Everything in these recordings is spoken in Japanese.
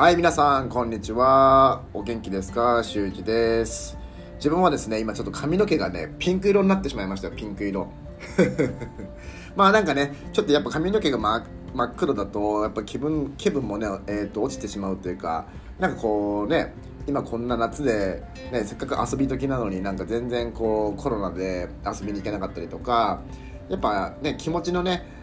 はい、皆さんこんにちは。お元気ですか？しゅうじです。自分はですね、今ちょっと髪の毛がねピンク色になってしまいましたよ。ピンク色まあなんかね、ちょっとやっぱ髪の毛が真っ黒だとやっぱ気分もね、落ちてしまうというか、なんかこうね、今こんな夏で、ね、せっかく遊び時なのになんか全然こうコロナで遊びに行けなかったりとか、やっぱね気持ちのね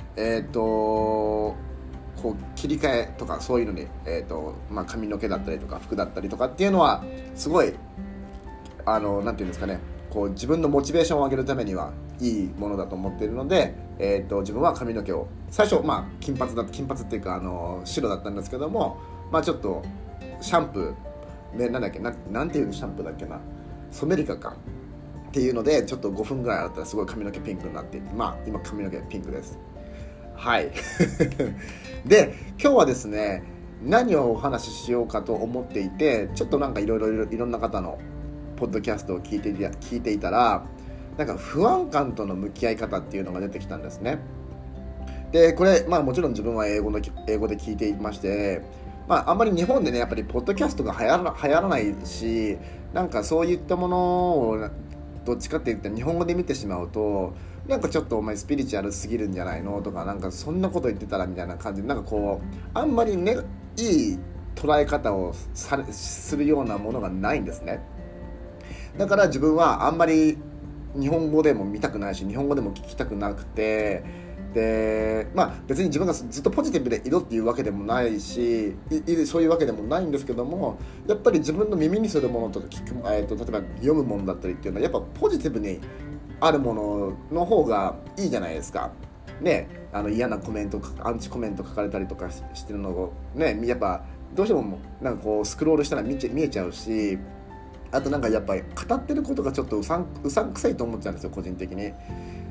こう切り替えとかそういうのに、髪の毛だったりとか服だったりとかっていうのはすごいなんていうんですかね、こう自分のモチベーションを上げるためにはいいものだと思っているので、自分は髪の毛を最初金髪っていうか白だったんですけども、ちょっとシャンプーでなんていうシャンプーだっけな、ソメリカかっていうのでちょっと5分ぐらい洗ったらすごい髪の毛ピンクになっていて、今髪の毛ピンクです。はいで、今日はですね、何をお話ししようかと思っていて、ちょっとなんかいろんな方のポッドキャストを聞いていたら、なんか不安感との向き合い方っていうのが出てきたんですね。でこれもちろん自分は英語で聞いていまして、あんまり日本でねやっぱりポッドキャストが流行らないし、なんかそういったものをどっちかって言って日本語で見てしまうと、なんかちょっとお前スピリチュアルすぎるんじゃないのとか、なんかそんなこと言ってたらみたいな感じで、なんかこうあんまりねいい捉え方をするようなものがないんですね。だから自分はあんまり日本語でも見たくないし、日本語でも聞きたくなくて、で別に自分がずっとポジティブでいろっていうわけでもないし、そういうわけでもないんですけども、やっぱり自分の耳にするものとか例えば読むものだったりっていうのはやっぱポジティブにあるものの方がいいじゃないですかね。嫌なコメント、アンチコメント書かれたりとかしてるのをね、やっぱどうしてもなんかこうスクロールしたら見えちゃうし、あとなんかやっぱり語ってることがちょっとうさんくさいと思っちゃうんですよ、個人的に。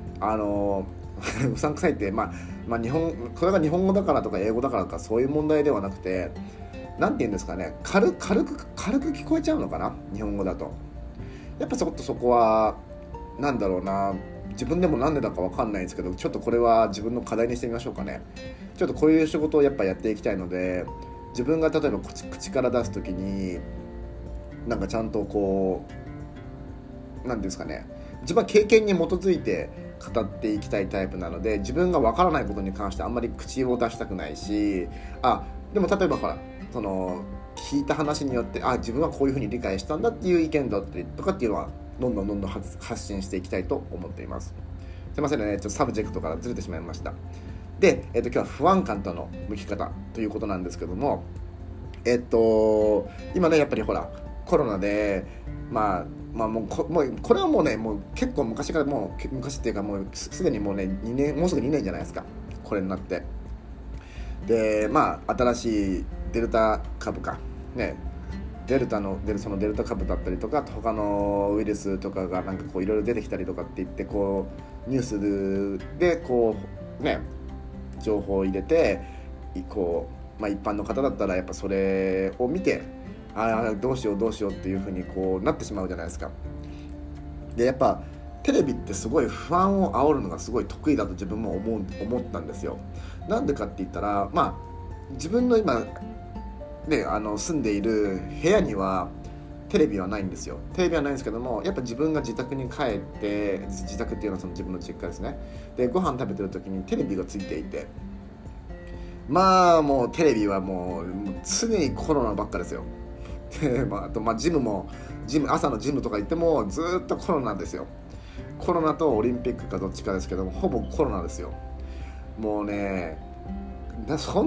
うさんくさいって、これが日本語だからとか英語だからとかそういう問題ではなくて、なんて言うんですかね、軽く聞こえちゃうのかな、日本語だと。やっぱちょっとそこはなんだろうな、自分でもなんでだかわかんないんですけど、ちょっとこれは自分の課題にしてみましょうかね。ちょっとこういう仕事をやっぱやっていきたいので、自分が例えば口から出すときになんかちゃんとこうなんですかね、自分は経験に基づいて語っていきたいタイプなので、自分がわからないことに関してあんまり口を出したくないし、でも例えばほら、その聞いた話によって自分はこういうふうに理解したんだっていう意見だったりとかっていうのはどんどん発信していきたいと思っています。すいませんね、ちょっとサブジェクトからずれてしまいました。で、今日は不安感との向き方ということなんですけども、今ねやっぱりほらコロナでもうこれはもうね、もう結構昔から、昔っていうかもうすでにもうねもうすぐ2年じゃないですか、これになって。で新しいデルタ株かね、そのデルタ株だったりとか、他のウイルスとかがなんかこういろいろ出てきたりとかって言って、こうニュースでこうね情報を入れて、こう一般の方だったらやっぱそれを見てどうしようっていう風にこうなってしまうじゃないですか。でやっぱテレビってすごい不安を煽るのがすごい得意だと自分も思ったんですよ。なんでかって言ったら、自分の今ね住んでいる部屋にはテレビはないんですよ。テレビはないんですけども、やっぱ自分が自宅に帰って、自宅っていうのはその自分の実家ですね。でご飯食べてる時にテレビがついていて、もうテレビはもう常にコロナばっかですよ。であと朝のジムとか行ってもずっとコロナですよ。コロナとオリンピックかどっちかですけども、ほぼコロナですよ。もうね、そ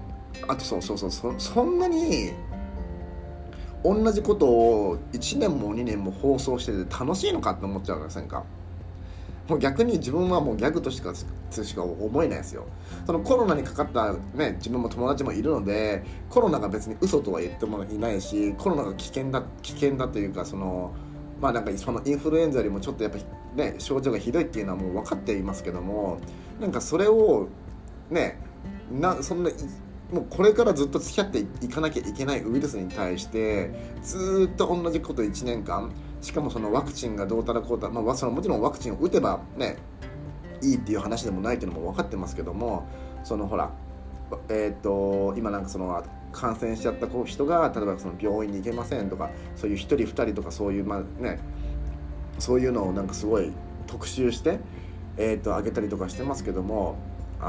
んなに同じことを1年も2年も放送してて楽しいのかって思っちゃいませんか？もう逆に自分はもうギャグとしか思えないですよ。そのコロナにかかったね、自分も友達もいるので、コロナが別に嘘とは言ってもいないし、コロナが危険だというか、なんかそのインフルエンザよりもちょっとやっぱね症状がひどいっていうのはもう分かっていますけども、なんかそれをねそんなもうこれからずっと付き合っていかなきゃいけないウイルスに対してずっと同じこと1年間、しかもそのワクチンがどうたらこうたら、もちろんワクチンを打てばねいいっていう話でもないっていうのも分かってますけども、そのほら今なんかその感染しちゃった人が例えばその病院に行けませんとか、そういう1人2人とかそういうそういうのをなんかすごい特集して上げたりとかしてますけども、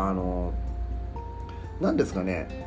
なんですかね、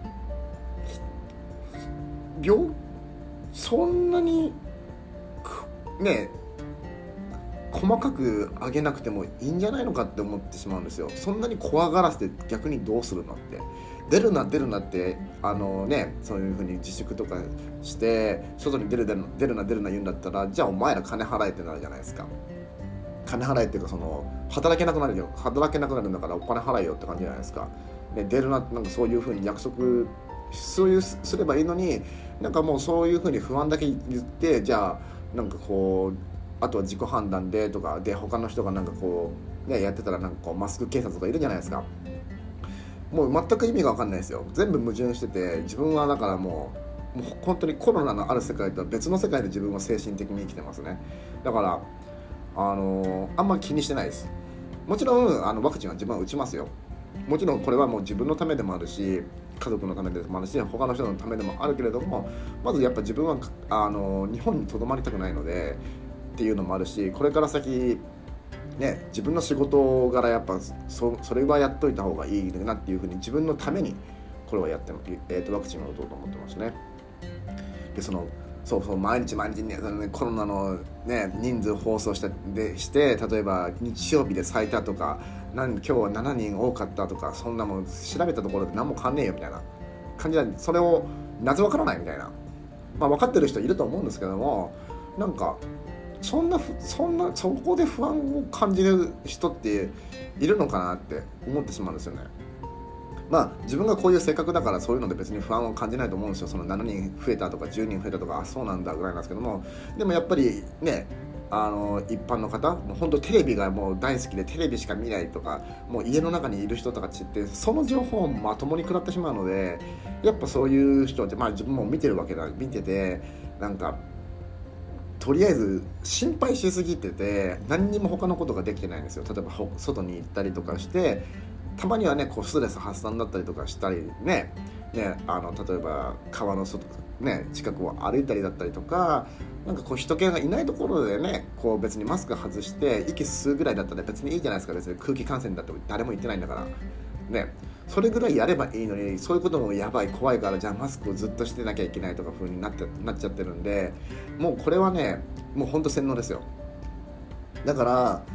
そんなにね細かく上げなくてもいいんじゃないのかって思ってしまうんですよ。そんなに怖がらせて逆にどうするのって、出るなってそういう風に自粛とかして外に出るな言うんだったら、じゃあお前ら金払えってなるじゃないですか。金払えっていうか、その働けなくなるんだからお金払えよって感じじゃないですか。で出るななんかそういう風に約束すればいいのに、なんかもうそういう風に不安だけ言って、じゃあなんかこうあとは自己判断でとかで、他の人がなんかこうやってたらなんかこうマスク警察とかいるじゃないですか。もう全く意味が分かんないですよ。全部矛盾してて、自分はだからもう本当にコロナのある世界とは別の世界で自分は精神的に生きてますね。だからあんまり気にしてないです。もちろんワクチンは自分は打ちますよ。もちろんこれはもう自分のためでもあるし、家族のためでもあるし、他の人のためでもあるけれども、まずやっぱ自分は日本にとどまりたくないのでっていうのもあるし、これから先ね、自分の仕事柄やっぱそれはやっといた方がいいなっていうふうに、自分のためにこれはやってワクチンを打とうと思ってますね。でそう毎日ね、コロナのね人数放送して例えば日曜日で最多とか、今日は7人多かったとか、そんなもん調べたところで何も変わんねえよみたいな感じで、それをなぜわからないみたいな、分かってる人いると思うんですけども、なんかそこで不安を感じる人っているのかなって思ってしまうんですよね。自分がこういう性格だからそういうので別に不安を感じないと思うんですよ。その7人増えたとか10人増えたとか、そうなんだぐらいなんですけども、でもやっぱりね、一般の方、もう本当テレビがもう大好きでテレビしか見ないとか、もう家の中にいる人とかってその情報をまともに食らってしまうので、やっぱそういう人って自分も見ててなんかとりあえず心配しすぎてて、何にも他のことができてないんですよ。例えば外に行ったりとかして、たまにはねこうストレス発散だったりとかしたりね、例えば川の外近くを歩いたりだったりとか、なんかこう人気がいないところでね、こう別にマスク外して息吸うぐらいだったら別にいいじゃないですか。別に空気感染だって誰も言ってないんだからね。それぐらいやればいいのに、そういうこともやばい怖いから、じゃあマスクをずっとしてなきゃいけないとか風になっちゃってるんで、もうこれはねもうほんと洗脳ですよ。だから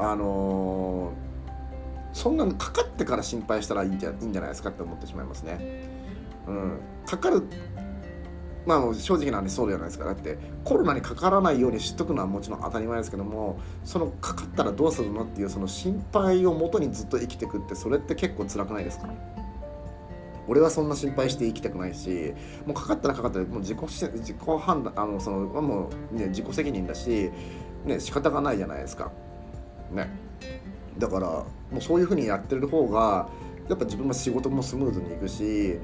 そんなのかかってから心配したらいいんじゃないですかって思ってしまいますね。かかる正直な話そうじゃないですか。だってコロナにかからないようにしとくのはもちろん当たり前ですけども、そのかかったらどうするのっていうその心配をもとにずっと生きてくって、それって結構辛くないですか？俺はそんな心配して生きたくないし、もうかかったらもう自己判断もう、ね、自己責任だし、ね、仕方がないじゃないですかね。だからもうそういう風にやってる方がやっぱ自分も仕事もスムーズにいくし、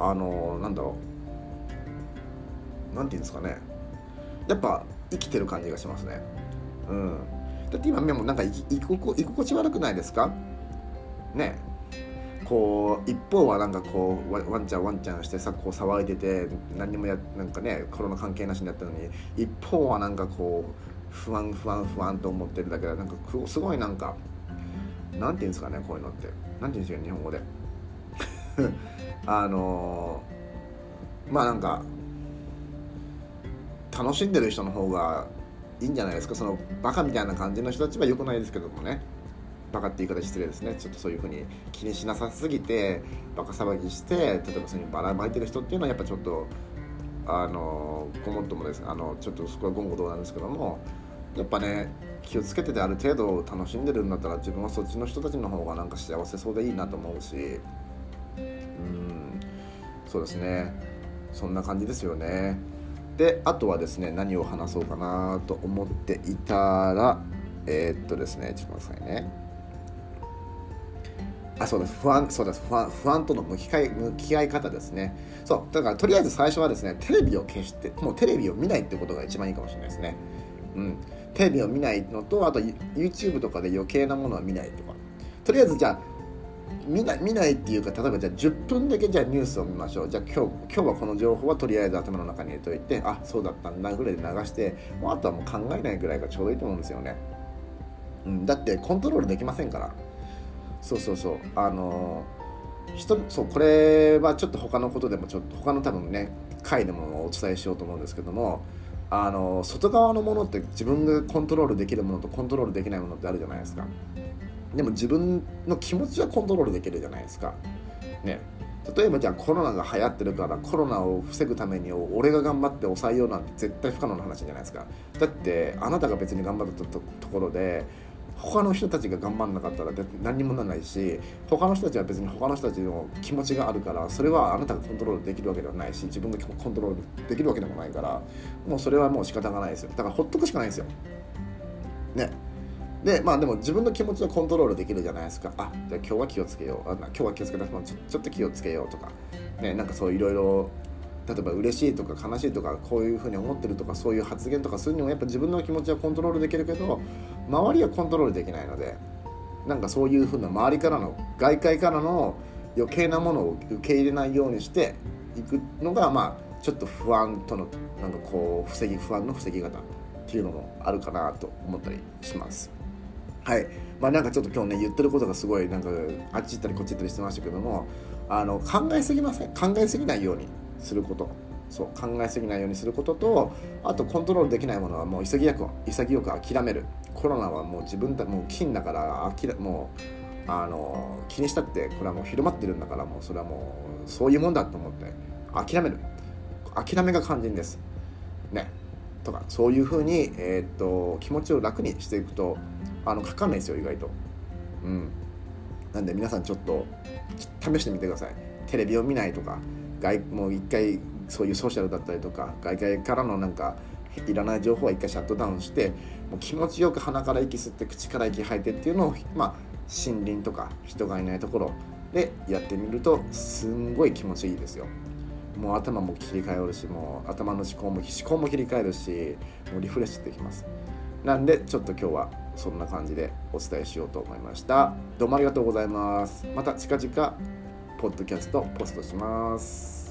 なんていうんですかね、やっぱ生きてる感じがしますね。だって今もなんか居心地悪くないですかね。こう一方はなんかこうワンちゃんしてさ、こう騒いでて何にもなんかねコロナ関係なしになったのに、一方はなんかこう不安と思ってるだけで、なんかすごいなんかなんていうんですかね、こういうのってなんていうんですか日本語でなんか楽しんでる人の方がいいんじゃないですか。そのバカみたいな感じの人たちは良くないですけどもね、バカって言い方失礼ですね。ちょっとそういう風に気にしなさすぎてバカ騒ぎして、例えばそういうばらまいてる人っていうのはやっぱちょっとごもっともです。ちょっとそこは言語道なんですけども、やっぱね気をつけててある程度楽しんでるんだったら、自分はそっちの人たちの方がなんか幸せそうでいいなと思うし、そうですね、そんな感じですよね。であとはですね、何を話そうかなと思っていたらですね、ちょっと待ってくださいね。不安との向き合い方ですね。だからとりあえず最初はですね、テレビを消して、もうテレビを見ないってことが一番いいかもしれないですね。テレビを見ないのと、あと YouTube とかで余計なものは見ないとか、とりあえずじゃあ見ないっていうか、例えばじゃあ10分だけじゃあニュースを見ましょう、じゃあ今日はこの情報はとりあえず頭の中に入れといて、あ、そうだったんだぐらいで流して、もうあとはもう考えないぐらいがちょうどいいと思うんですよね。だってコントロールできませんから。そうこれはちょっと他のことでも他の多分ね回でもお伝えしようと思うんですけども、外側のものって自分がコントロールできるものとコントロールできないものってあるじゃないですか。でも自分の気持ちはコントロールできるじゃないですかね。例えばじゃあコロナが流行ってるからコロナを防ぐために俺が頑張って抑えようなんて絶対不可能な話じゃないですか。だってあなたが別に頑張ったところで他の人たちが頑張んなかったら何にもならないし、他の人たちは別に他の人たちの気持ちがあるから、それはあなたがコントロールできるわけではないし、自分がコントロールできるわけでもないから、もうそれはもう仕方がないですよ。だからほっとくしかないんですよね。ででも自分の気持ちをコントロールできるじゃないですか。じゃあ今日は気をつけよう、今日は気をつけなくてもちょっと気をつけようとかね、なんかそういろいろ、例えば嬉しいとか悲しいとかこういうふうに思ってるとか、そういう発言とかそういうのもやっぱ自分の気持ちはコントロールできるけど、周りはコントロールできないので、なんかそういうふうな周りからの外界からの余計なものを受け入れないようにしていくのが、ちょっと不安とのなんかこう不安の防ぎ方っていうのもあるかなと思ったりします。はい。なんかちょっと今日ね言ってることがすごいなんかあっち行ったりこっち行ったりしてましたけども、考えすぎないようにすること、考えすぎないようにすることと、あとコントロールできないものはもう潔く諦める。コロナはもう自分たもう金だからもう気にしたってこれはもう広まってるんだから、もうそれはもうそういうもんだと思って諦める。諦めが肝心ですね。とかそういう風に気持ちを楽にしていくとかかんないですよ意外と。なんで皆さんちょっと試してみてください。テレビを見ないとか、もう一回そういうソーシャルだったりとか外界からのなんかいらない情報は一回シャットダウンして、もう気持ちよく鼻から息吸って口から息吐いてっていうのを、森林とか人がいないところでやってみるとすんごい気持ちいいですよ。もう頭も切り替えるし、もう頭の思考も切り替えるし、もうリフレッシュできます。なんでちょっと今日はそんな感じでお伝えしようと思いました。どうもありがとうございます。また近々ポッドキャストポストします。